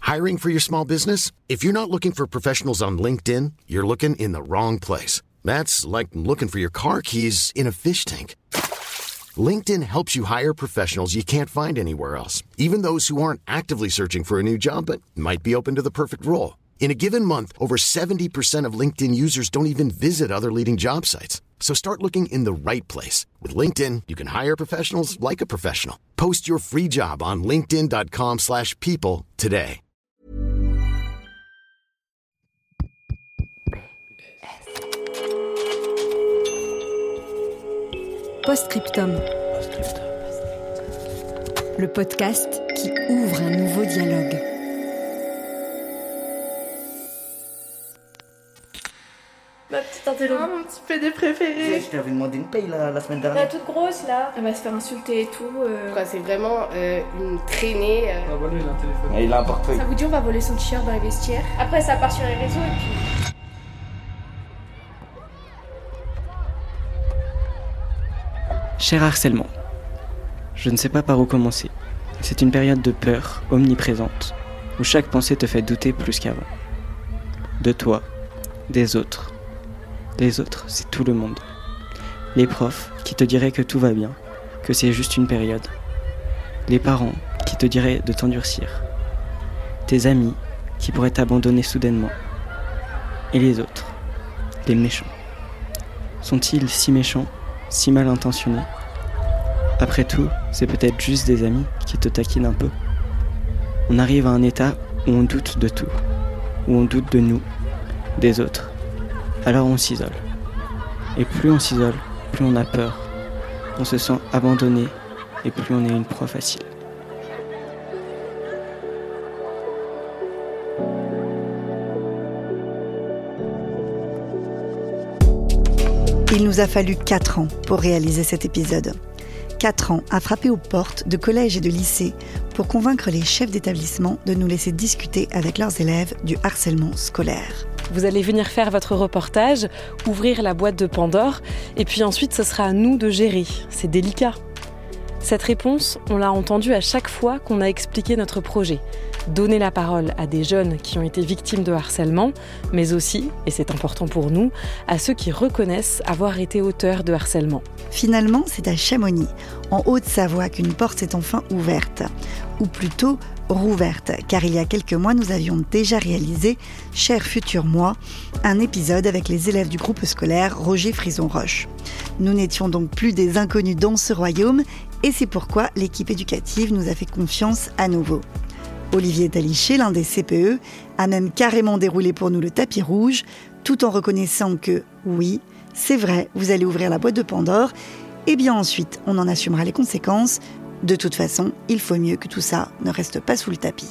Hiring for your small business? If you're not looking for professionals on LinkedIn, you're looking in the wrong place. That's like looking for your car keys in a fish tank. LinkedIn helps you hire professionals you can't find anywhere else, even those who aren't actively searching for a new job but might be open to the perfect role. In a given month, over 70% of LinkedIn users don't even visit other leading job sites. So start looking in the right place. With LinkedIn, you can hire professionals like a professional. Post your free job on linkedin.com/people today. Postscriptum. Le podcast qui ouvre un nouveau dialogue. Ma petite intello. Ah, mon petit PD préféré. Je t'avais demandé une paye la semaine dernière. La toute grosse là. Elle va se faire insulter et tout. Quoi, c'est vraiment une traînée. On va voler, il a un téléphone. Et il a un portefeuille. Ça vous dit, on va voler son t-shirt dans les vestiaires. Après, ça part sur les réseaux et puis. Cher harcèlement, je ne sais pas par où commencer. C'est une période de peur omniprésente, où chaque pensée te fait douter plus qu'avant. De toi, des autres. Les autres, c'est tout le monde. Les profs qui te diraient que tout va bien, que c'est juste une période. Les parents qui te diraient de t'endurcir. Tes amis qui pourraient t'abandonner soudainement. Et les autres, les méchants. Sont-ils si méchants, si mal intentionnés? Après tout, c'est peut-être juste des amis qui te taquinent un peu. On arrive à un état où on doute de tout, où on doute de nous, des autres. Alors on s'isole. Et plus on s'isole, plus on a peur. On se sent abandonné et plus on est une proie facile. Il nous a fallu 4 ans pour réaliser cet épisode. 4 ans à frapper aux portes de collèges et de lycées pour convaincre les chefs d'établissement de nous laisser discuter avec leurs élèves du harcèlement scolaire. Vous allez venir faire votre reportage, ouvrir la boîte de Pandore, et puis ensuite ce sera à nous de gérer. C'est délicat. Cette réponse, on l'a entendue à chaque fois qu'on a expliqué notre projet. Donner la parole à des jeunes qui ont été victimes de harcèlement, mais aussi, et c'est important pour nous, à ceux qui reconnaissent avoir été auteurs de harcèlement. Finalement, c'est à Chamonix, en Haute-Savoie, qu'une porte s'est enfin ouverte. Ou plutôt rouverte, car il y a quelques mois, nous avions déjà réalisé, Cher futur moi, un épisode avec les élèves du groupe scolaire Roger Frison-Roche. Nous n'étions donc plus des inconnus dans ce royaume, et c'est pourquoi l'équipe éducative nous a fait confiance à nouveau. Olivier Taliché, l'un des CPE, a même carrément déroulé pour nous le tapis rouge, tout en reconnaissant que, oui, c'est vrai, vous allez ouvrir la boîte de Pandore, et bien ensuite, on en assumera les conséquences. De toute façon, il faut mieux que tout ça ne reste pas sous le tapis.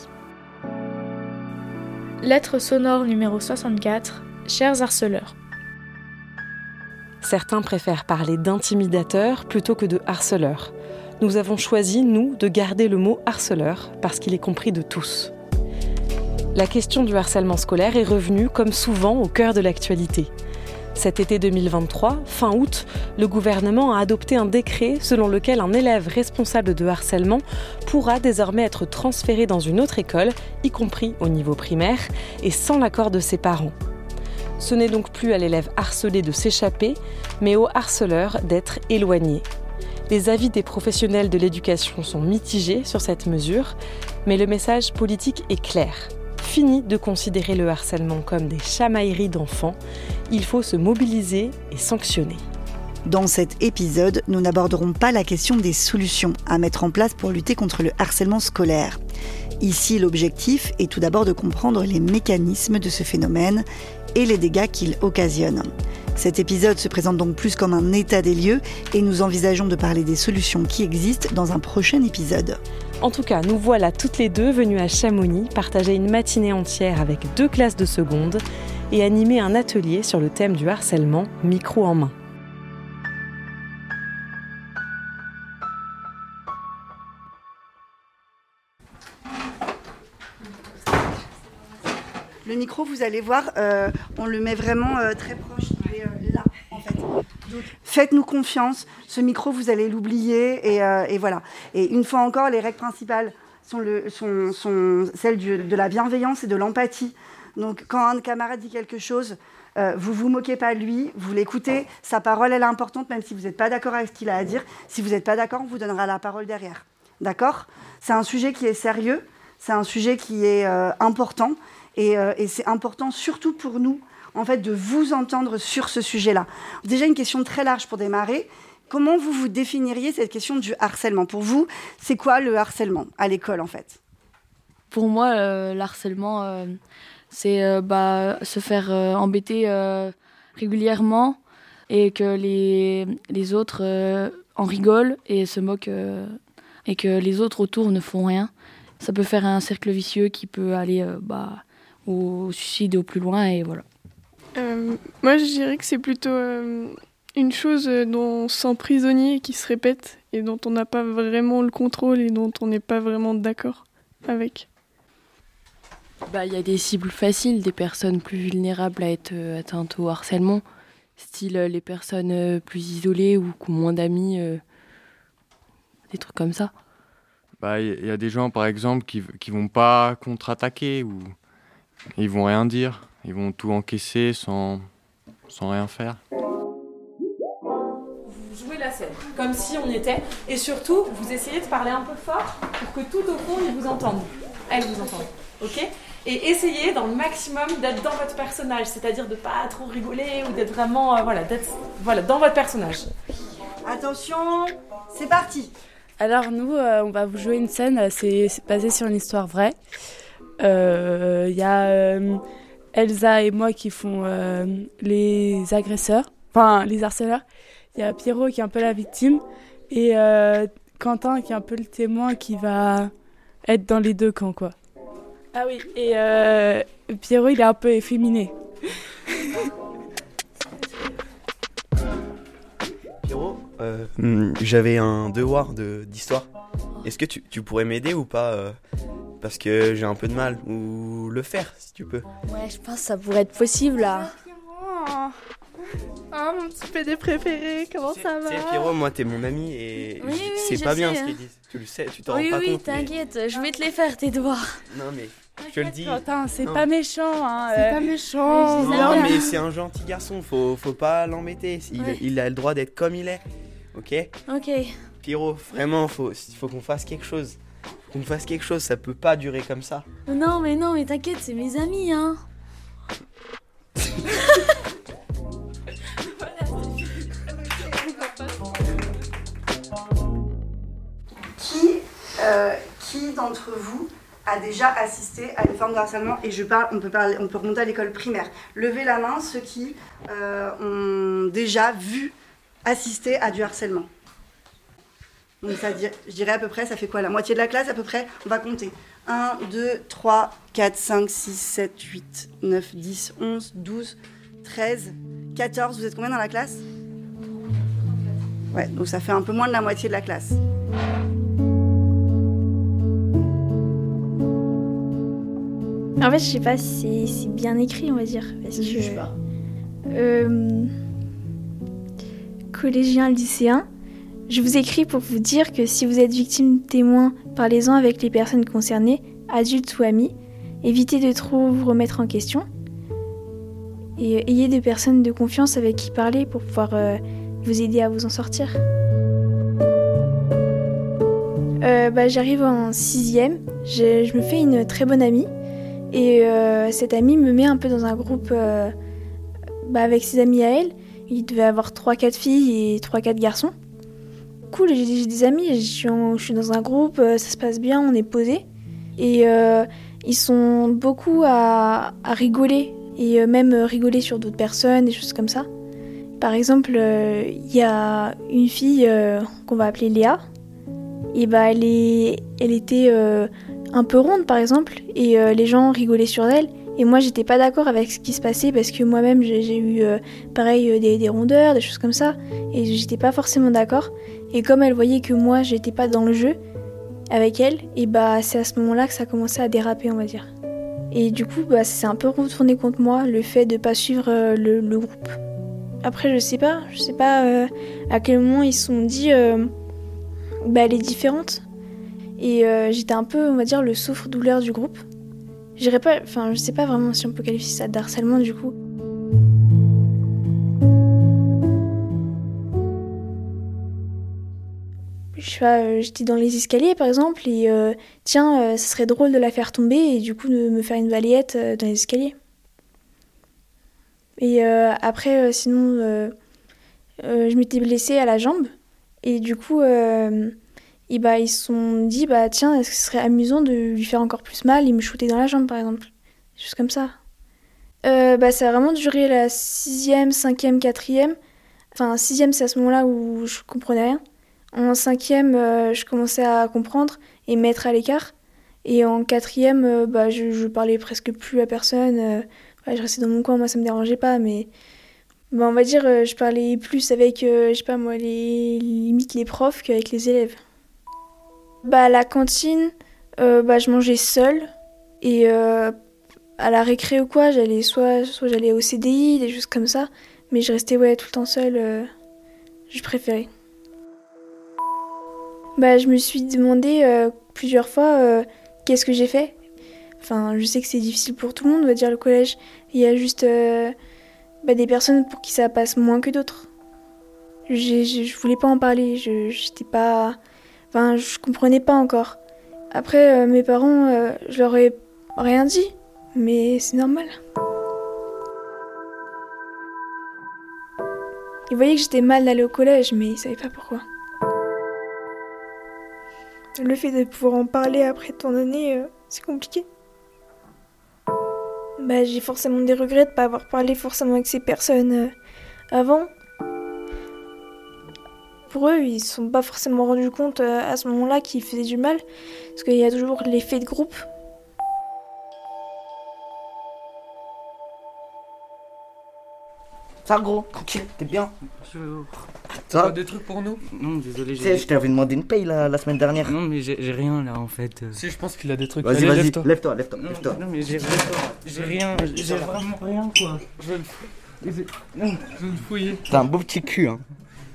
Lettre sonore numéro 64, chers harceleurs. Certains préfèrent parler d'intimidateurs plutôt que de harceleurs. Nous avons choisi, nous, de garder le mot harceleur parce qu'il est compris de tous. La question du harcèlement scolaire est revenue, comme souvent, au cœur de l'actualité. Cet été 2023, fin août, le gouvernement a adopté un décret selon lequel un élève responsable de harcèlement pourra désormais être transféré dans une autre école, y compris au niveau primaire, et sans l'accord de ses parents. Ce n'est donc plus à l'élève harcelé de s'échapper, mais au harceleur d'être éloigné. Les avis des professionnels de l'éducation sont mitigés sur cette mesure, mais le message politique est clair. Fini de considérer le harcèlement comme des chamailleries d'enfants, il faut se mobiliser et sanctionner. Dans cet épisode, nous n'aborderons pas la question des solutions à mettre en place pour lutter contre le harcèlement scolaire. Ici, l'objectif est tout d'abord de comprendre les mécanismes de ce phénomène et les dégâts qu'il occasionne. Cet épisode se présente donc plus comme un état des lieux et nous envisageons de parler des solutions qui existent dans un prochain épisode. En tout cas, nous voilà toutes les deux venues à Chamonix partager une matinée entière avec 2 classes de seconde et animer un atelier sur le thème du harcèlement, micro en main. Le micro, vous allez voir, on le met vraiment très proche, il est là en fait. Donc, faites-nous confiance, ce micro vous allez l'oublier et voilà. Et une fois encore, les règles principales, sont celles de la bienveillance et de l'empathie. Donc, quand un camarade dit quelque chose, vous vous moquez pas de lui, vous l'écoutez. Sa parole, elle est importante, même si vous n'êtes pas d'accord avec ce qu'il a à dire. Si vous n'êtes pas d'accord, on vous donnera la parole derrière. D'accord ? C'est un sujet qui est sérieux, c'est un sujet qui est important. Et c'est important, surtout pour nous, en fait, de vous entendre sur ce sujet-là. Déjà, une question très large pour démarrer. Comment vous définiriez cette question du harcèlement ? Pour vous, c'est quoi le harcèlement à l'école, en fait ? Pour moi, le harcèlement, c'est se faire embêter régulièrement et que les autres en rigolent et se moquent et que les autres autour ne font rien. Ça peut faire un cercle vicieux qui peut aller au suicide et au plus loin, et voilà. Moi, je dirais que c'est plutôt une chose dont on se sent prisonnier et qui se répète et dont on n'a pas vraiment le contrôle et dont on n'est pas vraiment d'accord avec. Il y a des cibles faciles, des personnes plus vulnérables à être atteintes au harcèlement, style les personnes plus isolées ou qui ont moins d'amis, des trucs comme ça. Il y a des gens, par exemple, qui vont pas contre-attaquer ou ils vont rien dire. Ils vont tout encaisser sans rien faire. Vous jouez la scène, comme si on y était. Et surtout, vous essayez de parler un peu fort pour que tout au fond, ils vous entendent. Elles vous entendent. Ok ? Et essayez dans le maximum d'être dans votre personnage. C'est-à-dire de ne pas trop rigoler ou d'être vraiment d'être dans votre personnage. Attention, c'est parti. Alors nous, on va vous jouer une scène, c'est basé sur une histoire vraie. Y a Elsa et moi qui font les agresseurs, enfin les harceleurs. Il y a Pierrot qui est un peu la victime et Quentin qui est un peu le témoin qui va être dans les deux camps, quoi. Ah oui, et Pierrot il est un peu efféminé. Pierrot, j'avais un devoir d'histoire. Est-ce que tu pourrais m'aider ou pas parce que j'ai un peu de mal, ou le faire si tu peux. Ouais, je pense que ça pourrait être possible là. Oh, mon petit PD préféré, comment ça va ? C'est Pierrot, moi t'es mon ami et oui, c'est pas bien ce qu'ils disent. Tu le sais, tu t'en rends pas compte. Oui, t'inquiète, je vais te les faire tes devoirs. Non mais, je te le dis. Quentin, c'est pas méchant. Hein, c'est pas méchant. Non mais c'est un gentil garçon, faut pas l'embêter. Il a le droit d'être comme il est. Ok ? Ok. Pierrot, vraiment, faut qu'on fasse quelque chose. Qu'on fasse quelque chose, ça peut pas durer comme ça. Non mais t'inquiète, c'est mes amis, hein. Qui d'entre vous a déjà assisté à une forme de harcèlement ? Et on peut remonter à l'école primaire. Levez la main ceux qui ont déjà assisté à du harcèlement. Donc je dirais à peu près, ça fait quoi ? La moitié de la classe à peu près ? On va compter. 1, 2, 3, 4, 5, 6, 7, 8, 9, 10, 11, 12, 13, 14. Vous êtes combien dans la classe ? Ouais, donc ça fait un peu moins de la moitié de la classe. En fait, je sais pas si c'est bien écrit, on va dire. Parce que je sais pas. Collégiens, lycéens, je vous écris pour vous dire que si vous êtes victime témoin, parlez-en avec les personnes concernées, adultes ou amis. Évitez de trop vous remettre en question. Et ayez des personnes de confiance avec qui parler pour pouvoir vous aider à vous en sortir. J'arrive en 6e, je me fais une très bonne amie. Et cette amie me met un peu dans un groupe avec ses amis à elle. Il devait avoir 3-4 filles et 3-4 garçons. Cool, j'ai des amis, je suis dans un groupe, ça se passe bien, on est posés. Et ils sont beaucoup à rigoler, et même rigoler sur d'autres personnes, des choses comme ça. Par exemple, il y a une fille qu'on va appeler Léa. Et elle était un peu ronde par exemple, et les gens rigolaient sur elle. Et moi j'étais pas d'accord avec ce qui se passait parce que moi-même j'ai eu des rondeurs, des choses comme ça, et j'étais pas forcément d'accord. Et comme elle voyait que moi j'étais pas dans le jeu avec elle, et c'est à ce moment-là que ça a commencé à déraper, on va dire. Et du coup c'est un peu retourné contre moi le fait de pas suivre le groupe. Après je sais pas à quel moment ils se sont dit elle est différente. Et j'étais un peu, on va dire, le souffre-douleur du groupe. Je sais pas vraiment si on peut qualifier ça d'harcèlement du coup. J'étais dans les escaliers par exemple et ça serait drôle de la faire tomber et du coup de me faire une balayette dans les escaliers. Et après sinon je m'étais blessée à la jambe et du coup ils se sont dit tiens, est-ce que ce serait amusant de lui faire encore plus mal et me shooter dans la jambe par exemple, des choses comme ça. Ça a vraiment duré la 6e, 5e, 4e. Enfin 6e c'est à ce moment-là où je comprenais rien. En 5e, je commençais à comprendre et me mettre à l'écart. Et en 4e, je parlais presque plus à personne. Je restais dans mon coin, moi ça me dérangeait pas, mais on va dire je parlais plus avec, limite les profs qu'avec les élèves. À la cantine, je mangeais seule. Et à la récré ou quoi, j'allais soit j'allais au CDI, des choses comme ça. Mais je restais tout le temps seule. Je préférais. Je me suis demandé plusieurs fois qu'est-ce que j'ai fait. Enfin, je sais que c'est difficile pour tout le monde, on va dire le collège. Il y a juste des personnes pour qui ça passe moins que d'autres. Je voulais pas en parler, je comprenais pas encore. Après, mes parents, je leur ai rien dit, mais c'est normal. Ils voyaient que j'étais mal d'aller au collège, mais ils savaient pas pourquoi. Le fait de pouvoir en parler après tant d'années, c'est compliqué. J'ai forcément des regrets de ne pas avoir parlé forcément avec ces personnes avant. Pour eux, ils ne se sont pas forcément rendus compte à ce moment-là qu'ils faisaient du mal. Parce qu'il y a toujours l'effet de groupe. Ça gros, tranquille, t'es bien? Ça va des trucs pour nous? Non, désolé, je t'avais demandé une paye la semaine dernière. Non, mais j'ai rien là en fait. Si, je pense qu'il a des trucs. Vas-y, lève-toi. Non, mais j'ai rien, j'ai vraiment rien quoi. Je vais le fouiller. T'as un beau petit cul, hein.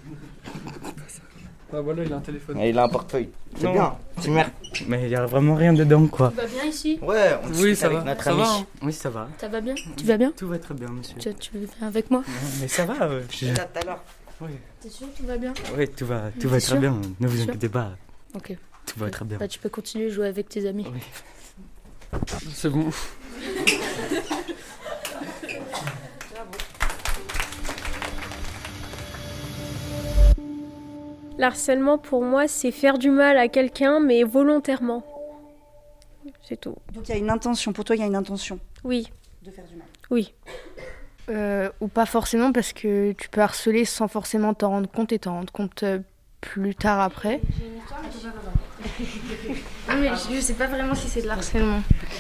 Voilà, il a un téléphone. Et il a un portefeuille. C'est bien, c'est merde. Mais il y a vraiment rien dedans quoi. Tu vas bien ici? Ouais, on discute avec notre ami. Oui, ça va. Ça va bien? Tu vas bien? Tout va très bien, monsieur. Tu veux venir avec moi? Mais ça va. Là, tout à l'heure. Oui. T'es sûr que tout va bien? Oui, tout va très bien. Ne vous inquiétez pas. Ok. Tout va très bien. Tu peux continuer à jouer avec tes amis. Oui. C'est bon. L'harcèlement pour moi, c'est faire du mal à quelqu'un, mais volontairement. C'est tout. Donc il y a une intention, pour toi il y a une intention? Oui. De faire du mal? Oui. Ou pas forcément, parce que tu peux harceler sans forcément t'en rendre compte et t'en rendre compte plus tard après. Non, mais je sais pas vraiment si c'est de l'harcèlement.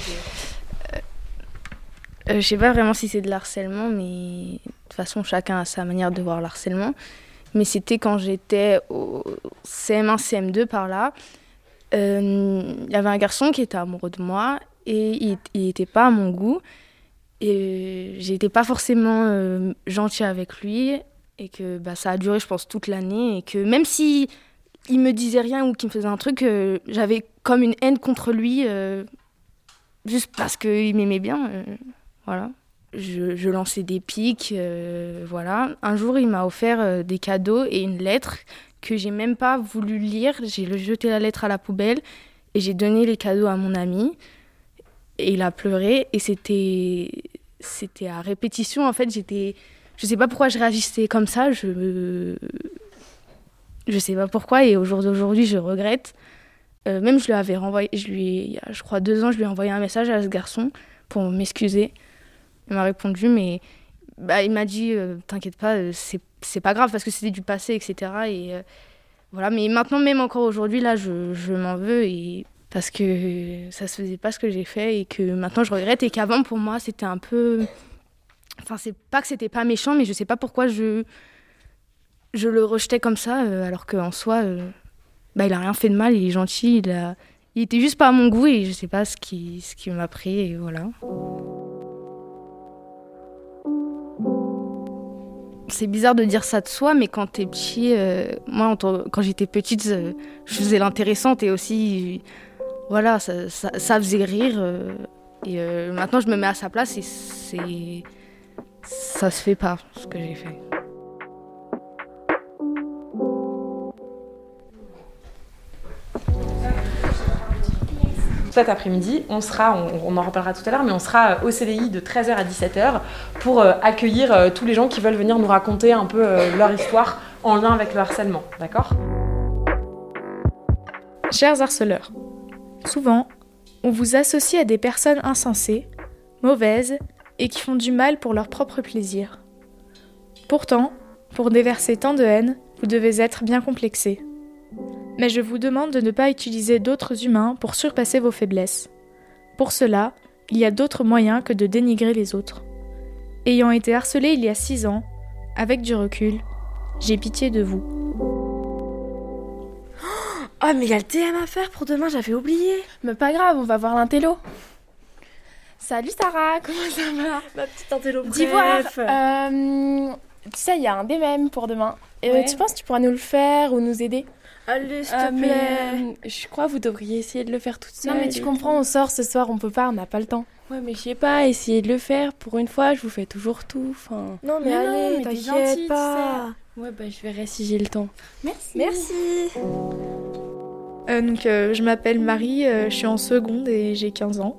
Je sais pas vraiment si c'est de l'harcèlement, mais de toute façon chacun a sa manière de voir l'harcèlement. Mais c'était quand j'étais au CM1, CM2 par là. Il y avait un garçon qui était amoureux de moi et il était pas à mon goût. Et j'étais pas forcément gentille avec lui. Et que ça a duré, je pense, toute l'année. Et que même si il me disait rien ou qu'il me faisait un truc, j'avais comme une haine contre lui, juste parce qu'il m'aimait bien. Voilà. Je lançais des pics, voilà. Un jour, il m'a offert des cadeaux et une lettre que j'ai même pas voulu lire. J'ai jeté la lettre à la poubelle et j'ai donné les cadeaux à mon ami. Et il a pleuré et c'était à répétition. En fait, je sais pas pourquoi je réagissais comme ça. Je sais pas pourquoi et au jour d'aujourd'hui, je regrette. Même je lui avais renvoyé, il y a je crois 2 ans, je lui ai envoyé un message à ce garçon pour m'excuser. Il m'a répondu, mais il m'a dit t'inquiète pas, c'est pas grave parce que c'était du passé, etc. Et voilà, mais maintenant, même encore aujourd'hui, là, je m'en veux parce que ça se faisait pas ce que j'ai fait et que maintenant je regrette et qu'avant pour moi c'était un peu. Enfin, c'est pas que c'était pas méchant, mais je sais pas pourquoi je le rejetais comme ça, alors qu'en soi, il a rien fait de mal, il est gentil, il était juste pas à mon goût et je sais pas ce qui m'a pris et voilà. c'est bizarre de dire ça de soi, mais quand t'es petit, moi, quand j'étais petite, je faisais l'intéressante et aussi, voilà, ça faisait rire. Et maintenant, je me mets à sa place et ça se fait pas, ce que j'ai fait. Cet après-midi, on en reparlera tout à l'heure, mais on sera au CDI de 13h à 17h pour accueillir tous les gens qui veulent venir nous raconter un peu leur histoire en lien avec le harcèlement, d'accord ? Chers harceleurs, souvent, on vous associe à des personnes insensées, mauvaises et qui font du mal pour leur propre plaisir. Pourtant, pour déverser tant de haine, vous devez être bien complexé. Mais je vous demande de ne pas utiliser d'autres humains pour surpasser vos faiblesses. Pour cela, il y a d'autres moyens que de dénigrer les autres. Ayant été harcelée il y a 6 ans, avec du recul, j'ai pitié de vous. Oh, mais il y a le DM à faire pour demain, j'avais oublié. Mais pas grave, on va voir l'intello. Salut Sarah, comment ça va? Ma petite intello bref. D'ivoire, tu sais, il y a un DMM pour demain. Ouais. Tu penses que tu pourras nous le faire ou nous aider? Allez, s'il te plaît. Je crois que vous devriez essayer de le faire toute seule. Non, mais tu comprends, on sort ce soir, on peut pas, on n'a pas le temps. Ouais, mais je sais pas, essayez de le faire. Pour une fois, je vous fais toujours tout. Enfin... Non, mais allez, t'inquiète pas. Ouais, je verrai si j'ai le temps. Merci. Je m'appelle Marie, je suis en seconde et j'ai 15 ans.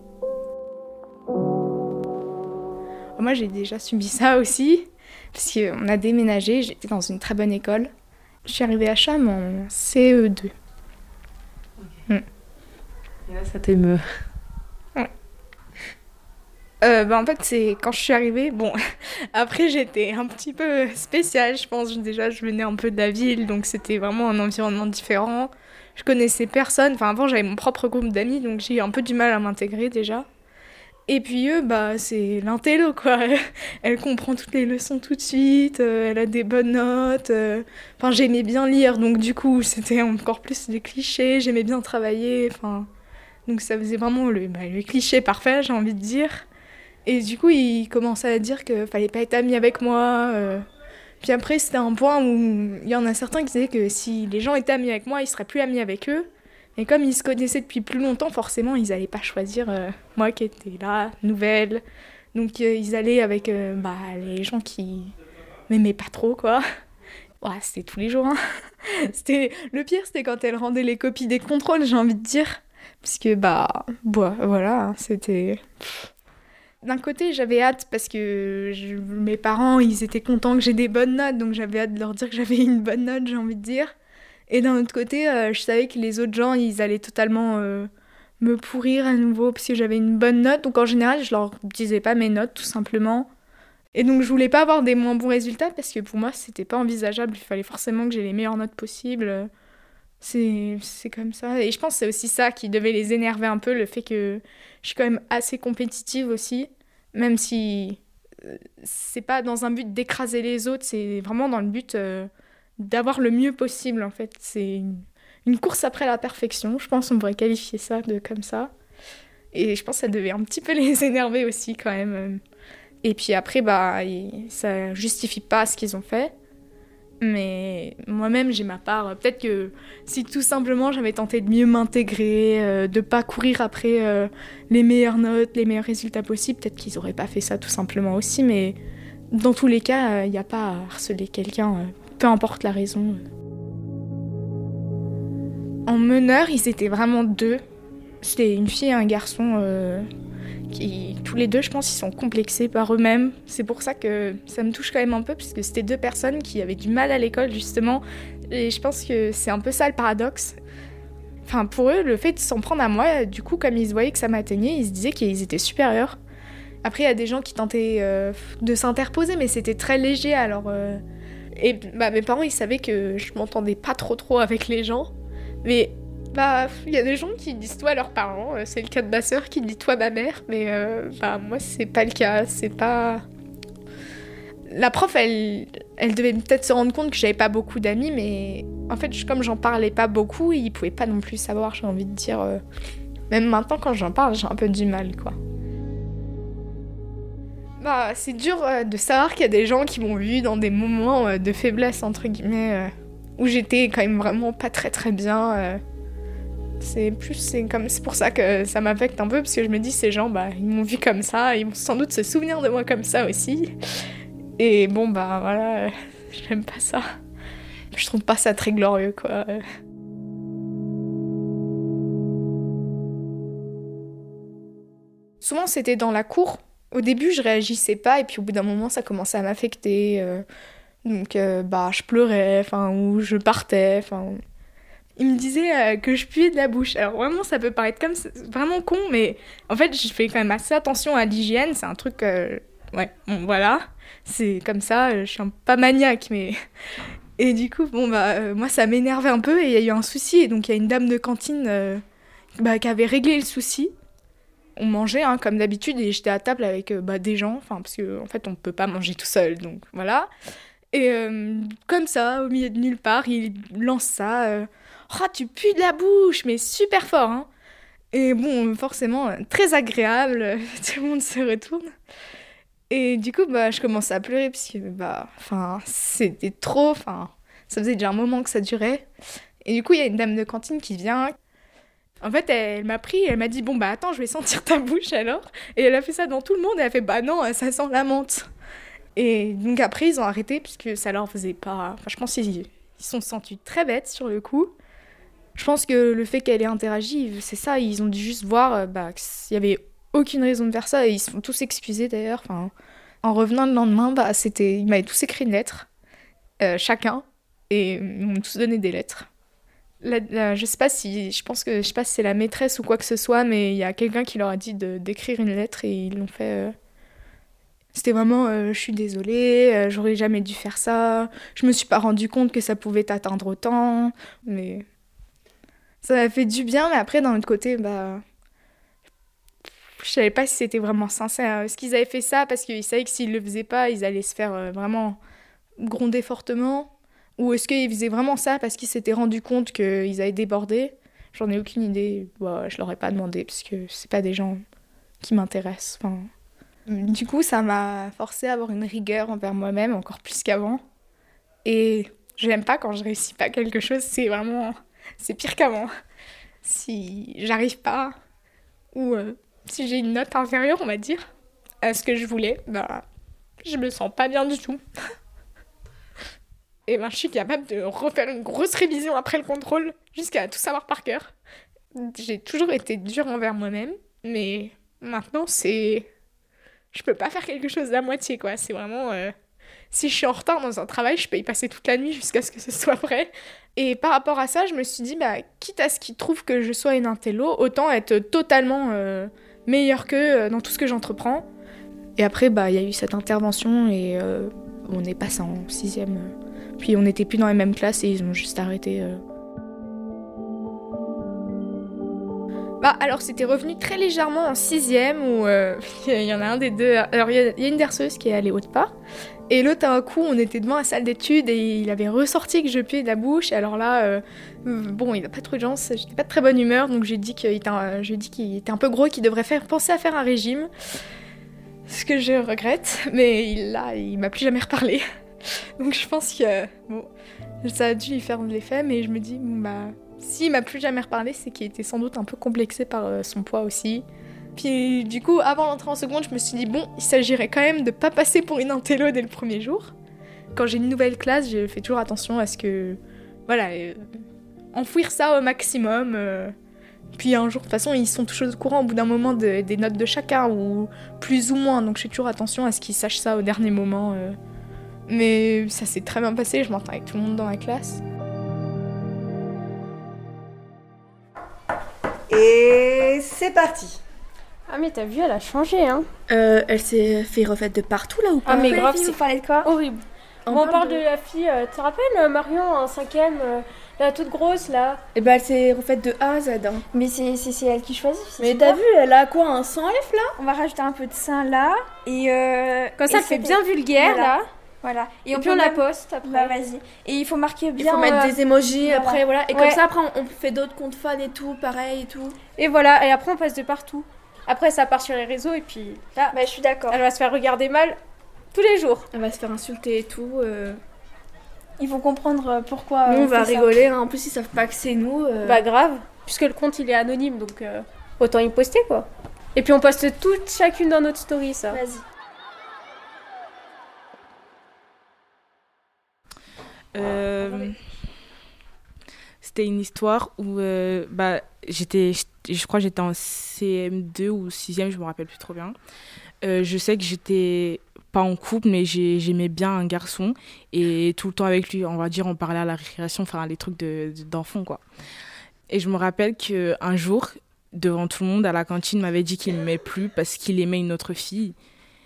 Moi, j'ai déjà subi ça aussi, parce qu'on a déménagé, j'étais dans une très bonne école. Je suis arrivée à Cham en CE2. Okay. Et là, ça t'émeut. Ouais. En fait, c'est quand je suis arrivée, après j'étais un petit peu spéciale, je pense. Déjà, je venais un peu de la ville, donc c'était vraiment un environnement différent. Je connaissais personne, avant j'avais mon propre groupe d'amis, donc j'ai eu un peu du mal à m'intégrer déjà. Et puis eux, c'est l'intello, quoi. Elle comprend toutes les leçons tout de suite, elle a des bonnes notes. J'aimais bien lire, donc du coup, c'était encore plus des clichés, j'aimais bien travailler, donc ça faisait vraiment le cliché parfait, j'ai envie de dire. Et du coup, ils commençaient à dire qu'il fallait pas être amis avec moi. Puis après, c'était un point où il y en a certains qui disaient que si les gens étaient amis avec moi, ils seraient plus amis avec eux. Et comme ils se connaissaient depuis plus longtemps, forcément, ils n'allaient pas choisir moi qui étais là, nouvelle. Donc ils allaient avec les gens qui m'aimaient pas trop, quoi. Ouais, c'était tous les jours. Hein. Le pire, c'était quand elle rendait les copies des contrôles, j'ai envie de dire. Parce que, voilà, c'était... D'un côté, j'avais hâte parce que mes parents, ils étaient contents que j'ai des bonnes notes. Donc j'avais hâte de leur dire que j'avais une bonne note, j'ai envie de dire. Et d'un autre côté, je savais que les autres gens, ils allaient totalement me pourrir à nouveau parce que j'avais une bonne note. Donc en général, je leur disais pas mes notes, tout simplement. Et donc je voulais pas avoir des moins bons résultats parce que pour moi, c'était pas envisageable. Il fallait forcément que j'ai les meilleures notes possibles. C'est comme ça. Et je pense que c'est aussi ça qui devait les énerver un peu, le fait que je suis quand même assez compétitive aussi. Même si c'est pas dans un but d'écraser les autres, c'est vraiment dans le but... d'avoir le mieux possible, en fait. C'est une course après la perfection. Je pense qu'on pourrait qualifier ça comme ça. Et je pense que ça devait un petit peu les énerver aussi, quand même. Et puis après, ça justifie pas ce qu'ils ont fait. Mais moi-même, j'ai ma part. Peut-être que si tout simplement j'avais tenté de mieux m'intégrer, de pas courir après les meilleures notes, les meilleurs résultats possibles, peut-être qu'ils auraient pas fait ça tout simplement aussi. Mais dans tous les cas, il n'y a pas à harceler quelqu'un... peu importe la raison. En meneur, ils étaient vraiment 2. C'était une fille et un garçon qui, tous les deux, je pense, ils sont complexés par eux-mêmes. C'est pour ça que ça me touche quand même un peu, parce que c'était 2 personnes qui avaient du mal à l'école, justement. Et je pense que c'est un peu ça le paradoxe. Pour eux, le fait de s'en prendre à moi, du coup, comme ils voyaient que ça m'atteignait, ils se disaient qu'ils étaient supérieurs. Après, il y a des gens qui tentaient de s'interposer, mais c'était très léger, alors... Et mes parents, ils savaient que je m'entendais pas trop avec les gens. Mais il y a des gens qui disent toi à leurs parents. C'est le cas de ma sœur qui dit toi ma mère. Mais moi, c'est pas le cas. C'est pas... La prof, elle devait peut-être se rendre compte que j'avais pas beaucoup d'amis. Mais en fait, comme j'en parlais pas beaucoup, ils pouvaient pas non plus savoir, j'ai envie de dire. Même maintenant, quand j'en parle, j'ai un peu du mal, quoi. Bah, c'est dur de savoir qu'il y a des gens qui m'ont vu dans des moments de faiblesse, entre guillemets, où j'étais quand même vraiment pas très très bien. C'est pour ça que ça m'affecte un peu, parce que je me dis, ces gens, bah, ils m'ont vu comme ça, ils vont sans doute se souvenir de moi comme ça aussi. Et bon, bah voilà, j'aime pas ça. Je trouve pas ça très glorieux, quoi. Souvent, c'était dans la cour. Au début, je réagissais pas, et puis au bout d'un moment, ça commençait à m'affecter. Donc, bah, je pleurais, ou je partais, Il me disait que je puais de la bouche. Alors vraiment, ça peut paraître comme vraiment con, mais en fait, je fais quand même assez attention à l'hygiène. C'est un truc... ouais, bon, voilà. C'est comme ça, je suis pas maniaque, mais... Et du coup, bon, bah, moi, ça m'énervait un peu, et il y a eu un souci. Et donc, il y a une dame de cantine qui avait réglé le souci. On mangeait, comme d'habitude, et j'étais à table avec des gens, parce qu'en fait, on peut pas manger tout seul, donc voilà. Et comme ça, au milieu de nulle part, il lance ça... Oh, tu pues de la bouche, mais super fort, hein. Et bon, forcément, très agréable, tout le monde se retourne. Et du coup, je commençais à pleurer, parce que, c'était trop, ça faisait déjà un moment que ça durait. Et du coup, il y a une dame de cantine qui vient. En fait, elle m'a pris, elle m'a dit, bon, attends, je vais sentir ta bouche, alors. Et elle a fait ça dans tout le monde, et elle a fait, non, ça sent la menthe. Et donc après, ils ont arrêté, puisque ça leur faisait pas... je pense qu'ils se sont sentis très bêtes, sur le coup. Je pense que le fait qu'elle ait interagi, c'est ça, ils ont dû juste voir qu'il y avait aucune raison de faire ça, et ils se sont tous excusés d'ailleurs. En revenant le lendemain, ils m'avaient tous écrit une lettre, chacun, et ils m'ont tous donné des lettres. Je sais pas si c'est la maîtresse ou quoi que ce soit, mais il y a quelqu'un qui leur a dit d'écrire une lettre, et ils l'ont fait. C'était vraiment je suis désolée, j'aurais jamais dû faire ça, je me suis pas rendu compte que ça pouvait t'atteindre autant, mais ça m'a fait du bien. Mais après, d'un autre côté, je savais pas si c'était vraiment sincère. Est-ce qu'ils avaient fait ça parce qu'ils savaient que s'ils le faisaient pas, ils allaient se faire vraiment gronder fortement, ou est-ce qu'ils faisaient vraiment ça parce qu'ils s'étaient rendu compte qu'ils avaient débordé? J'en ai aucune idée. Je leur ai pas demandé, parce que c'est pas des gens qui m'intéressent. Du coup, ça m'a forcée à avoir une rigueur envers moi-même, encore plus qu'avant. Et j'aime pas quand je réussis pas quelque chose, c'est pire qu'avant. Si j'arrive pas, ou si j'ai une note inférieure, on va dire, à ce que je voulais, je me sens pas bien du tout. Et je suis capable de refaire une grosse révision après le contrôle, jusqu'à tout savoir par cœur. J'ai toujours été dure envers moi-même, mais maintenant, je peux pas faire quelque chose à moitié, quoi. C'est vraiment... si je suis en retard dans un travail, je peux y passer toute la nuit jusqu'à ce que ce soit vrai. Et par rapport à ça, je me suis dit, quitte à ce qu'ils trouvent que je sois une intello, autant être totalement meilleure qu'eux dans tout ce que j'entreprends. Et après, il y a eu cette intervention, et on est passé en 6e. Puis on n'était plus dans les mêmes classes, et ils ont juste arrêté... alors c'était revenu très légèrement en 6e, où il y en a un des deux... Alors il y a une derceuse qui est allée autre part, et l'autre, à un coup, on était devant la salle d'études, et il avait ressorti que je puais de la bouche. Alors là, il n'a pas trop de chance, j'étais pas de très bonne humeur, donc j'ai dit qu'il était un peu gros, qu'il devrait penser à faire un régime. Ce que je regrette, mais il m'a plus jamais reparlé. Donc je pense que ça a dû y faire de l'effet, mais je me dis, s'il m'a plus jamais reparlé, c'est qu'il était sans doute un peu complexé par son poids aussi. Puis du coup, avant l'entrée en seconde, je me suis dit, il s'agirait quand même de pas passer pour une intello dès le premier jour. Quand j'ai une nouvelle classe, je fais toujours attention à ce que... enfouir ça au maximum. Puis un jour, de toute façon, ils sont toujours au courant au bout d'un moment des notes de chacun, ou plus ou moins, donc je fais toujours attention à ce qu'ils sachent ça au dernier moment. Mais ça s'est très bien passé, je m'entends avec tout le monde dans la classe. Et c'est parti. Ah mais t'as vu, elle a changé, hein. Elle s'est fait refaite de partout là ou pas? Ah mais grave, vous parlez de quoi? Horrible. On parle de la fille, tu te rappelles Marion en 5e, la toute grosse là? Eh ben elle s'est refaite de A à Z. Hein. Mais c'est elle qui choisit. Mais t'as vu, elle a quoi, un 100 F là? On va rajouter un peu de sein là, et comme ça, elle fait bien vulgaire là. Voilà. Et puis on la poste après. Vas-y. Et il faut marquer bien. Il faut mettre des emojis après, voilà. Et comme Ouais. ça, après, on fait d'autres comptes fans et tout, pareil et tout. Et voilà, et après on passe de partout. Après, ça part sur les réseaux et puis là, je suis d'accord. Elle va se faire regarder mal tous les jours. Elle va se faire insulter et tout. Ils vont comprendre pourquoi. Nous, on va rigoler. Hein. En plus, ils savent pas que c'est nous. Bah grave, puisque le compte il est anonyme, donc autant y poster quoi. Et puis on poste toutes chacune dans notre story, ça. Vas-y. C'était une histoire où je crois que j'étais en CM2 ou 6e, je me rappelle plus trop bien. Je sais que j'étais pas en couple, mais j'aimais bien un garçon et tout le temps avec lui, on va dire, on parlait à la récréation, enfin les trucs d'enfants quoi. Et je me rappelle qu'un jour, devant tout le monde, à la cantine, il m'avait dit qu'il ne m'aimait plus parce qu'il aimait une autre fille.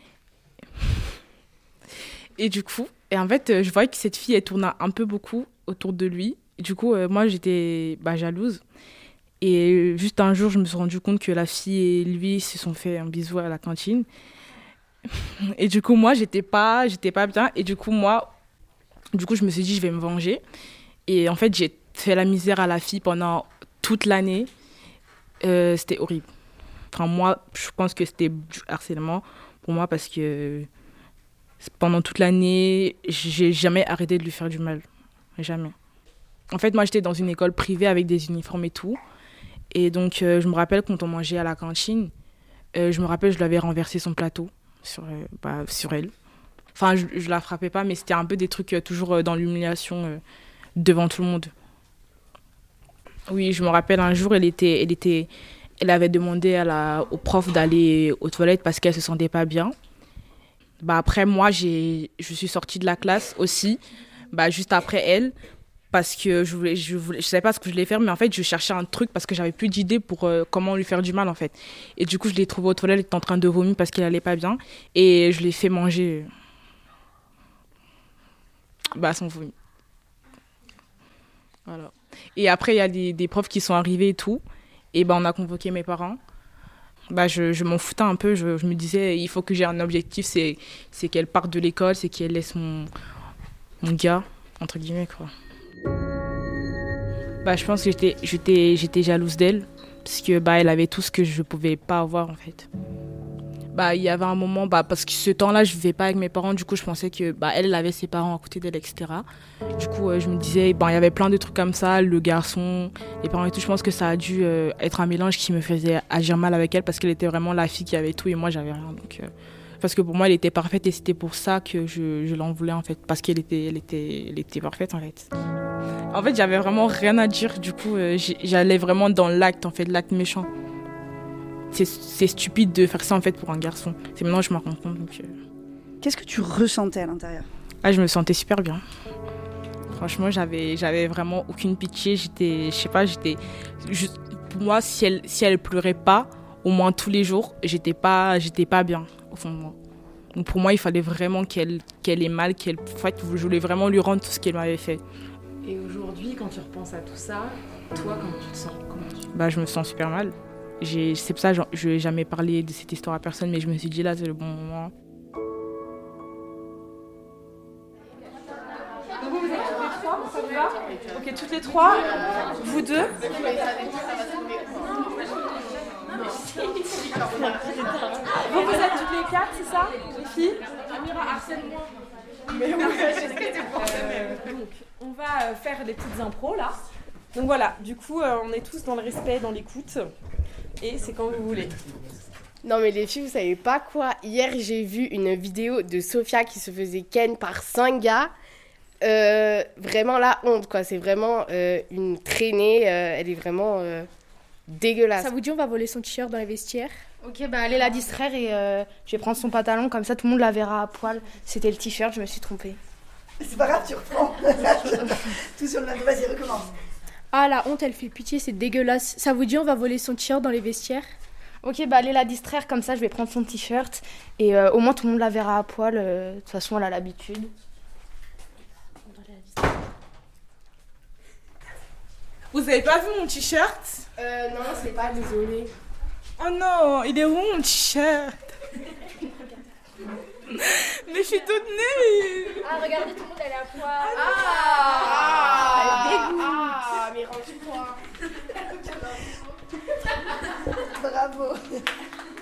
Et du coup, en fait, je voyais que cette fille, elle tournait un peu beaucoup autour de lui. Et du coup, moi, j'étais jalouse. Et juste un jour, je me suis rendu compte que la fille et lui se sont fait un bisou à la cantine. Et du coup, moi, j'étais pas bien. Et du coup, je me suis dit, je vais me venger. Et en fait, j'ai fait la misère à la fille pendant toute l'année. C'était horrible. Enfin, moi, je pense que c'était du harcèlement pour moi parce que pendant toute l'année, j'ai jamais arrêté de lui faire du mal. Jamais. En fait, moi, j'étais dans une école privée avec des uniformes et tout. Et donc, je me rappelle quand on mangeait à la cantine, je lui avais renversé son plateau sur elle. Enfin, je la frappais pas, mais c'était un peu des trucs toujours dans l'humiliation devant tout le monde. Oui, je me rappelle un jour, elle avait demandé au prof d'aller aux toilettes parce qu'elle se sentait pas bien. Après, moi, je suis sortie de la classe aussi, juste après elle, parce que je savais pas ce que je voulais faire, mais en fait, je cherchais un truc parce que j'avais plus d'idées pour comment lui faire du mal, en fait. Et du coup, je l'ai trouvé aux toilettes, elle était en train de vomir parce qu'elle allait pas bien, et je l'ai fait manger son vomi. Voilà. Et après, il y a des profs qui sont arrivés et tout, et on a convoqué mes parents. Je m'en foutais un peu, je me disais, il faut que j'ai un objectif, c'est qu'elle parte de l'école, c'est qu'elle laisse mon gars, entre guillemets, quoi. Je pense que j'étais jalouse d'elle, parce que elle avait tout ce que je pouvais pas avoir, en fait. Il y avait un moment, parce que ce temps-là, je vivais pas avec mes parents, du coup, je pensais que elle avait ses parents à côté d'elle, etc. Du coup, je me disais, il y avait plein de trucs comme ça, le garçon, les parents et tout. Je pense que ça a dû être un mélange qui me faisait agir mal avec elle, parce qu'elle était vraiment la fille qui avait tout et moi, j'avais rien. Donc, parce que pour moi, elle était parfaite et c'était pour ça que je l'en voulais, en fait, parce qu'elle était parfaite, en fait. En fait, j'avais vraiment rien à dire, du coup, j'allais vraiment dans l'acte, en fait, l'acte méchant. C'est stupide de faire ça en fait pour un garçon. C'est maintenant que je m'en rends compte. Donc, Qu'est-ce que tu ressentais à l'intérieur ? Je me sentais super bien. Franchement, j'avais vraiment aucune pitié. Pour moi, si elle pleurait pas, au moins tous les jours, j'étais pas bien au fond de moi. Donc pour moi, il fallait vraiment qu'elle ait mal, en fait, je voulais vraiment lui rendre tout ce qu'elle m'avait fait. Et aujourd'hui, quand tu repenses à tout ça, toi, comment tu te sens ? Je me sens super mal. C'est pour ça que je n'ai jamais parlé de cette histoire à personne, mais je me suis dit là, c'est le bon moment. Donc vous êtes toutes les trois, ça vous va ? Ok, toutes les trois, vous deux. Vous êtes toutes les quatre, c'est ça, les filles ? Amira, harcèle-moi. Mais oui, je sais que t'es pour donc, on va faire des petites impros là. Donc voilà, du coup, on est tous dans le respect, dans l'écoute. Et c'est quand vous voulez. Non mais les filles, vous savez pas quoi. Hier, j'ai vu une vidéo de Sophia qui se faisait ken par 5 gars. Vraiment la honte, quoi. C'est vraiment une traînée. Elle est vraiment dégueulasse. Ça vous dit, on va voler son t-shirt dans les vestiaires ? Ok, allez la distraire et je vais prendre son pantalon. Comme ça, tout le monde la verra à poil. C'était le t-shirt, je me suis trompée. C'est pas grave, tu reprends. Tout sur le même. Vas-y, recommence. Ah, la honte, elle fait pitié, c'est dégueulasse. Ça vous dit, on va voler son t-shirt dans les vestiaires ? Ok, allez la distraire, comme ça, je vais prendre son t-shirt. Et au moins, tout le monde la verra à poil. De toute façon, elle a l'habitude. Vous avez pas vu mon t-shirt ? Non, c'est pas, désolée. Oh non, il est où mon t-shirt ? Mais je suis toute nue. Ah, regardez, tout le monde, elle est à poil. Mais range-toi. Bravo.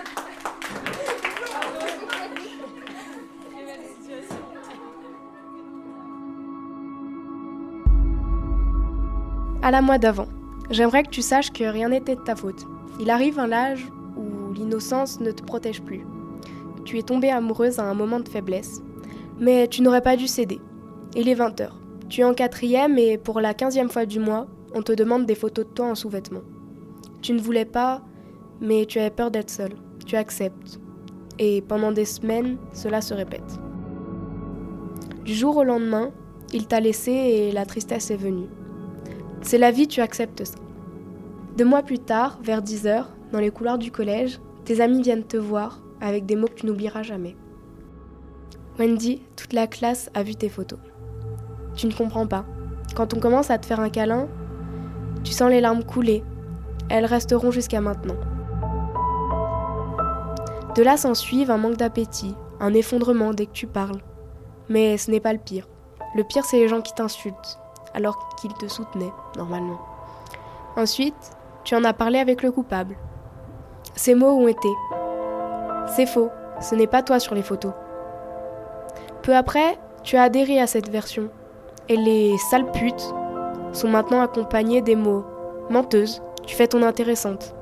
À la moi d'avant. J'aimerais que tu saches que rien n'était de ta faute. Il arrive un âge où l'innocence ne te protège plus. Tu es tombée amoureuse à un moment de faiblesse, mais tu n'aurais pas dû céder. Il est 20h. Tu es en 4e et pour la 15e fois du mois, on te demande des photos de toi en sous-vêtements. Tu ne voulais pas, mais tu avais peur d'être seule. Tu acceptes. Et pendant des semaines, cela se répète. Du jour au lendemain, il t'a laissé et la tristesse est venue. C'est la vie, tu acceptes ça. 2 mois plus tard, vers 10h, dans les couloirs du collège, tes amis viennent te voir avec des mots que tu n'oublieras jamais. Wendy, toute la classe a vu tes photos. Tu ne comprends pas. Quand on commence à te faire un câlin, tu sens les larmes couler. Elles resteront jusqu'à maintenant. De là s'ensuivent un manque d'appétit, un effondrement dès que tu parles. Mais ce n'est pas le pire. Le pire, c'est les gens qui t'insultent, alors qu'ils te soutenaient, normalement. Ensuite, tu en as parlé avec le coupable. Ces mots ont été « C'est faux, ce n'est pas toi sur les photos ». Peu après, tu as adhéré à cette version. Et les sales putes sont maintenant accompagnées des mots « menteuse », tu fais ton intéressante.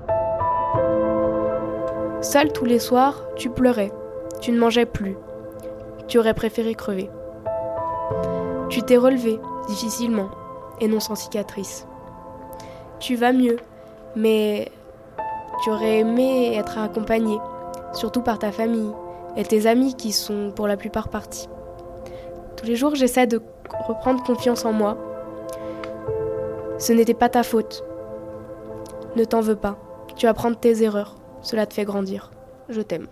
Seule tous les soirs, tu pleurais. Tu ne mangeais plus. Tu aurais préféré crever. Tu t'es relevée, difficilement, et non sans cicatrice. Tu vas mieux, mais tu aurais aimé être accompagnée, surtout par ta famille et tes amis qui sont pour la plupart partis. Tous les jours, j'essaie de reprendre confiance en moi. Ce n'était pas ta faute. Ne t'en veux pas. Tu apprends de tes erreurs. Cela te fait grandir. Je t'aime.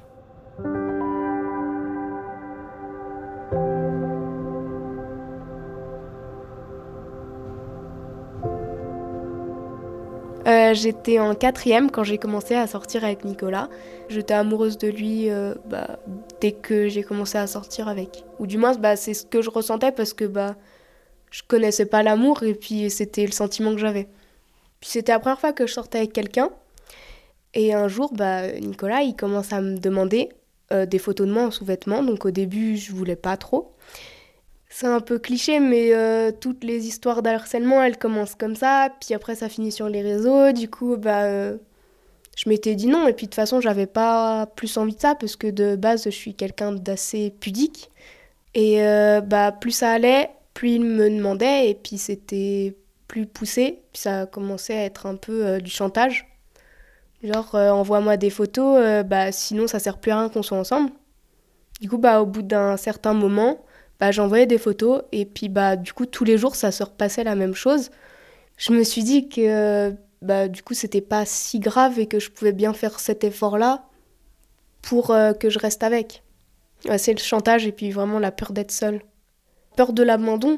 J'étais en 4e quand j'ai commencé à sortir avec Nicolas. J'étais amoureuse de lui dès que j'ai commencé à sortir avec. Ou du moins, c'est ce que je ressentais parce que je connaissais pas l'amour et puis c'était le sentiment que j'avais. Puis c'était la première fois que je sortais avec quelqu'un. Et un jour, Nicolas, il commence à me demander des photos de moi en sous-vêtements. Donc au début, je voulais pas trop. C'est un peu cliché, mais toutes les histoires d'harcèlement, elles commencent comme ça. Puis après, ça finit sur les réseaux. Du coup, je m'étais dit non. Et puis de toute façon, j'avais pas plus envie de ça parce que de base, je suis quelqu'un d'assez pudique. Et plus ça allait, plus il me demandait. Et puis c'était plus poussé. Puis ça commençait à être un peu du chantage. Genre, envoie-moi des photos, sinon ça sert plus à rien qu'on soit ensemble. Du coup, au bout d'un certain moment, j'envoyais des photos et puis du coup, tous les jours, ça se repassait la même chose. Je me suis dit que du coup, c'était pas si grave et que je pouvais bien faire cet effort-là pour que je reste avec. Ouais, c'est le chantage et puis vraiment la peur d'être seule. Peur de l'abandon.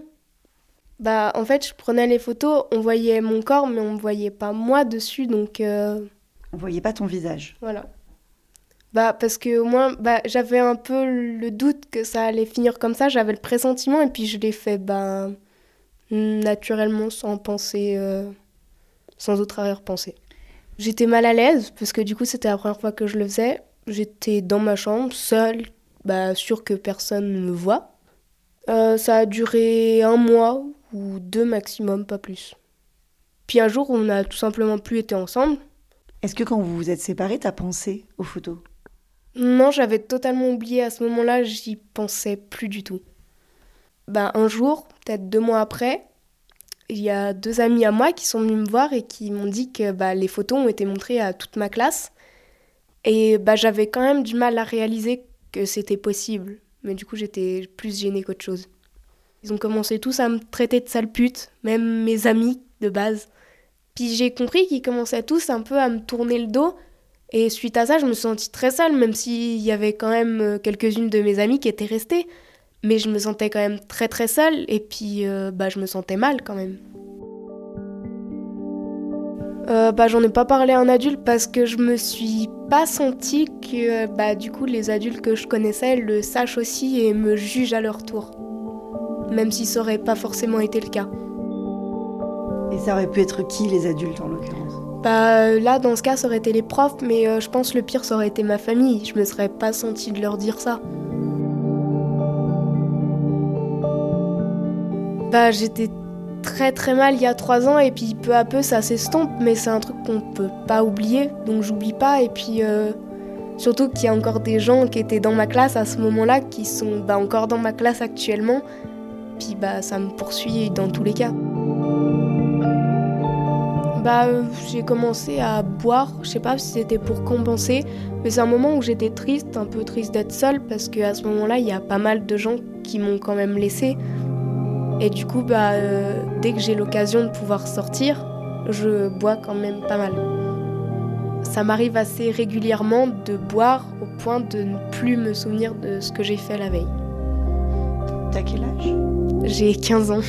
En fait, je prenais les photos, on voyait mon corps, mais on ne voyait pas moi dessus, donc... On voyait pas ton visage. Voilà. Parce que au moins, j'avais un peu le doute que ça allait finir comme ça, j'avais le pressentiment, et puis je l'ai fait naturellement, sans penser, sans autre arrière-pensée. J'étais mal à l'aise, parce que du coup, c'était la première fois que je le faisais. J'étais dans ma chambre, seule, sûre que personne ne me voit. Ça a duré 1 mois, ou 2 maximum, pas plus. Puis un jour, on n'a tout simplement plus été ensemble. Est-ce que quand vous vous êtes séparés, t'as pensé aux photos ? Non, j'avais totalement oublié. À ce moment-là, j'y pensais plus du tout. Un jour, peut-être 2 mois après, il y a 2 amis à moi qui sont venus me voir et qui m'ont dit que les photos ont été montrées à toute ma classe. Et j'avais quand même du mal à réaliser que c'était possible. Mais du coup, j'étais plus gênée qu'autre chose. Ils ont commencé tous à me traiter de sale pute, même mes amis de base. Puis j'ai compris qu'ils commençaient tous un peu à me tourner le dos. Et suite à ça, je me suis sentie très seule, même s'il y avait quand même quelques-unes de mes amies qui étaient restées. Mais je me sentais quand même très très seule. Et puis je me sentais mal quand même. J'en ai pas parlé à un adulte parce que je me suis pas sentie que du coup les adultes que je connaissais le sachent aussi et me jugent à leur tour. Même si ça aurait pas forcément été le cas. Et ça aurait pu être qui, les adultes, en l'occurrence ? Là, dans ce cas, ça aurait été les profs, mais je pense que le pire, ça aurait été ma famille. Je me serais pas sentie de leur dire ça. J'étais très très mal il y a 3 ans et puis peu à peu ça s'estompe, mais c'est un truc qu'on peut pas oublier, donc j'oublie pas. Et puis surtout qu'il y a encore des gens qui étaient dans ma classe à ce moment-là qui sont encore dans ma classe actuellement, puis ça me poursuit dans tous les cas. J'ai commencé à boire, je sais pas si c'était pour compenser, mais c'est un moment où j'étais triste, un peu triste d'être seule, parce qu'à ce moment-là, il y a pas mal de gens qui m'ont quand même laissée. Et du coup, dès que j'ai l'occasion de pouvoir sortir, je bois quand même pas mal. Ça m'arrive assez régulièrement de boire au point de ne plus me souvenir de ce que j'ai fait la veille. T'as quel âge ? J'ai 15 ans.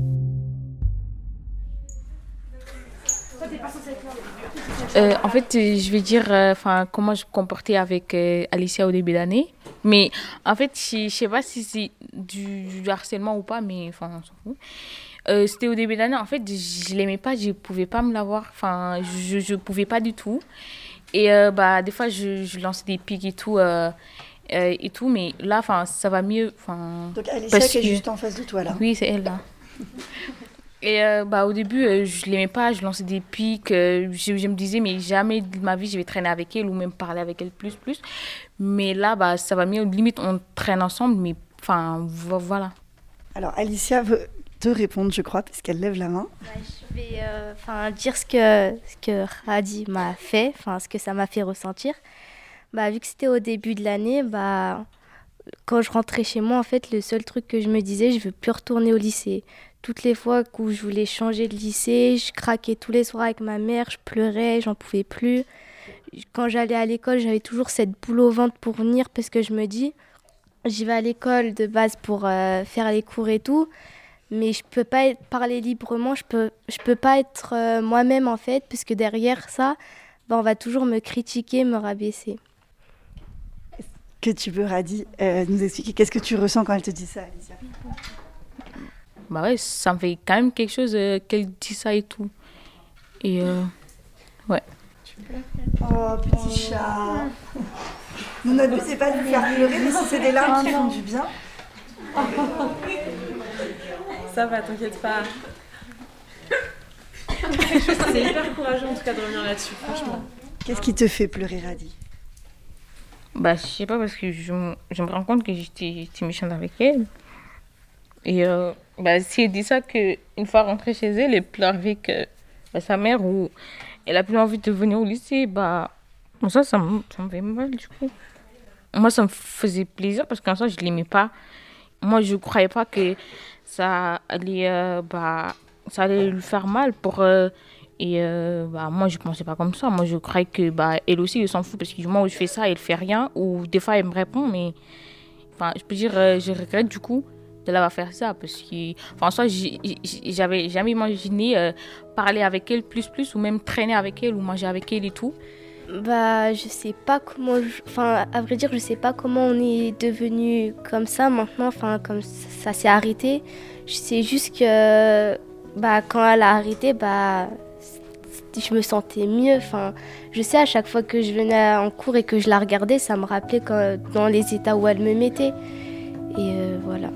En fait, je vais dire comment je me comportais avec Alicia au début d'année. Mais en fait, je ne sais pas si c'est du harcèlement ou pas, mais on s'en fout. C'était au début d'année. En fait, je ne l'aimais pas, je ne pouvais pas me l'avoir. Je ne pouvais pas du tout. Et des fois, je lançais des pics et tout. Mais là, ça va mieux. Donc Alicia qui est juste en face de toi, là. Oui, c'est elle, là. Et au début, je l'aimais pas, je lançais des pics, je me disais, mais jamais de ma vie, je vais traîner avec elle ou même parler avec elle plus. Mais là, ça va mieux, limite, on traîne ensemble, mais voilà. Alors, Alicia veut te répondre, je crois, parce qu'elle lève la main. Je vais dire ce que Radi m'a fait, ce que ça m'a fait ressentir. Vu que c'était au début de l'année, quand je rentrais chez moi, en fait, le seul truc que je me disais, je veux plus retourner au lycée. Toutes les fois où je voulais changer de lycée, je craquais tous les soirs avec ma mère, je pleurais, j'en pouvais plus. Quand j'allais à l'école, j'avais toujours cette boule au ventre pour venir parce que je me dis, j'y vais à l'école de base pour faire les cours et tout, mais je peux pas parler librement, je peux pas être moi-même en fait, parce que derrière ça, on va toujours me critiquer, me rabaisser. Est-ce que tu peux, Radi, nous expliquer qu'est-ce que tu ressens quand elle te dit ça, Alicia ? Ouais, ça me fait quand même quelque chose qu'elle dit ça et tout. Et ouais. Oh, petit chat. Notre but, c'est pas de lui faire pleurer, mais si c'est des larmes qui font du bien. Ça va, t'inquiète pas. C'est hyper courageux en tout cas de revenir là-dessus, franchement. Qu'est-ce qui te fait pleurer, Radi ? Je sais pas, parce que je me rends compte que j'étais méchante avec elle. Et si elle dit ça, qu'une fois rentrée chez elle, elle pleure avec sa mère, ou elle a plus envie de venir au lycée, ça me fait mal du coup. Moi, ça me faisait plaisir parce qu'en soi, je l'aimais pas. Moi, je croyais pas que ça allait lui faire mal moi, je pensais pas comme ça. Moi, je croyais que elle aussi, elle s'en fout parce que du moment où je fais ça, elle fait rien, ou des fois, elle me répond, mais je peux dire, je regrette du coup de l'avoir faire ça, parce que en soi, j'avais jamais imaginé parler avec elle plus, ou même traîner avec elle ou manger avec elle et tout. Je sais pas comment, à vrai dire, je sais pas comment on est devenu comme ça maintenant, comme ça s'est arrêté. Je sais juste que quand elle a arrêté, je me sentais mieux. Je sais, à chaque fois que je venais en cours et que je la regardais, ça me rappelait dans les états où elle me mettait. Et voilà.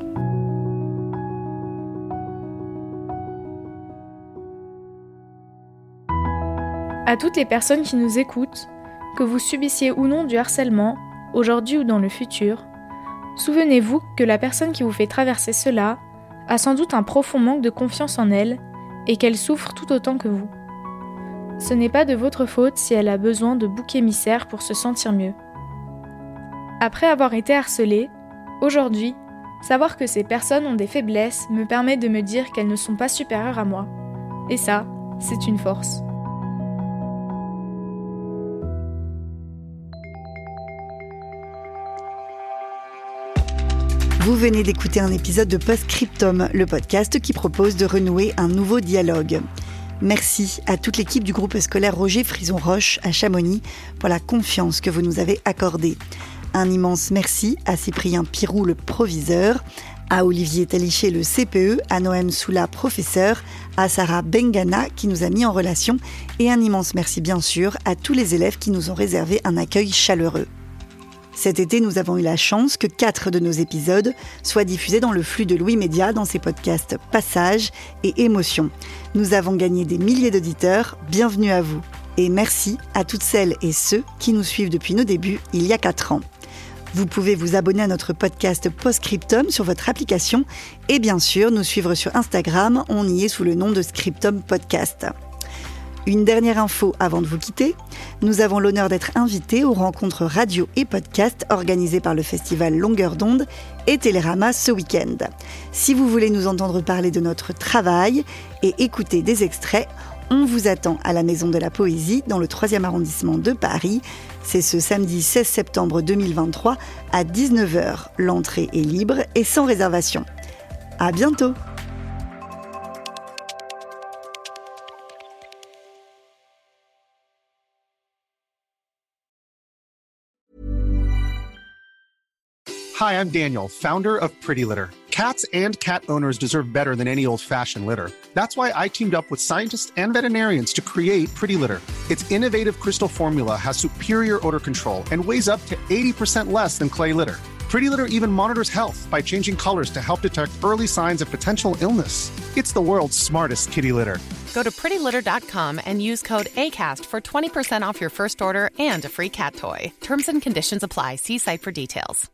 À toutes les personnes qui nous écoutent, que vous subissiez ou non du harcèlement, aujourd'hui ou dans le futur, souvenez-vous que la personne qui vous fait traverser cela a sans doute un profond manque de confiance en elle et qu'elle souffre tout autant que vous. Ce n'est pas de votre faute si elle a besoin de boucs émissaires pour se sentir mieux. Après avoir été harcelée, aujourd'hui, savoir que ces personnes ont des faiblesses me permet de me dire qu'elles ne sont pas supérieures à moi. Et ça, c'est une force. Vous venez d'écouter un épisode de Postscriptum, le podcast qui propose de renouer un nouveau dialogue. Merci à toute l'équipe du groupe scolaire Roger Frison-Roche à Chamonix pour la confiance que vous nous avez accordée. Un immense merci à Cyprien Pirou, le proviseur, à Olivier Taliché, le CPE, à Noëm Soula, professeur, à Sarah Bengana qui nous a mis en relation, et un immense merci bien sûr à tous les élèves qui nous ont réservé un accueil chaleureux. Cet été, nous avons eu la chance que 4 de nos épisodes soient diffusés dans le flux de Louis Média dans ses podcasts Passage et Émotion. Nous avons gagné des milliers d'auditeurs, bienvenue à vous. Et merci à toutes celles et ceux qui nous suivent depuis nos débuts il y a 4 ans. Vous pouvez vous abonner à notre podcast Postscriptum sur votre application et bien sûr nous suivre sur Instagram, on y est sous le nom de Scriptum Podcast. Une dernière info avant de vous quitter, nous avons l'honneur d'être invités aux rencontres radio et podcast organisées par le festival Longueur d'onde et Télérama ce week-end. Si vous voulez nous entendre parler de notre travail et écouter des extraits, on vous attend à la Maison de la Poésie dans le 3e arrondissement de Paris. C'est ce samedi 16 septembre 2023 à 19h. L'entrée est libre et sans réservation. À bientôt! Hi, I'm Daniel, founder of Pretty Litter. Cats and cat owners deserve better than any old-fashioned litter. That's why I teamed up with scientists and veterinarians to create Pretty Litter. Its innovative crystal formula has superior odor control and weighs up to 80% less than clay litter. Pretty Litter even monitors health by changing colors to help detect early signs of potential illness. It's the world's smartest kitty litter. Go to prettylitter.com and use code ACAST for 20% off your first order and a free cat toy. Terms and conditions apply. See site for details.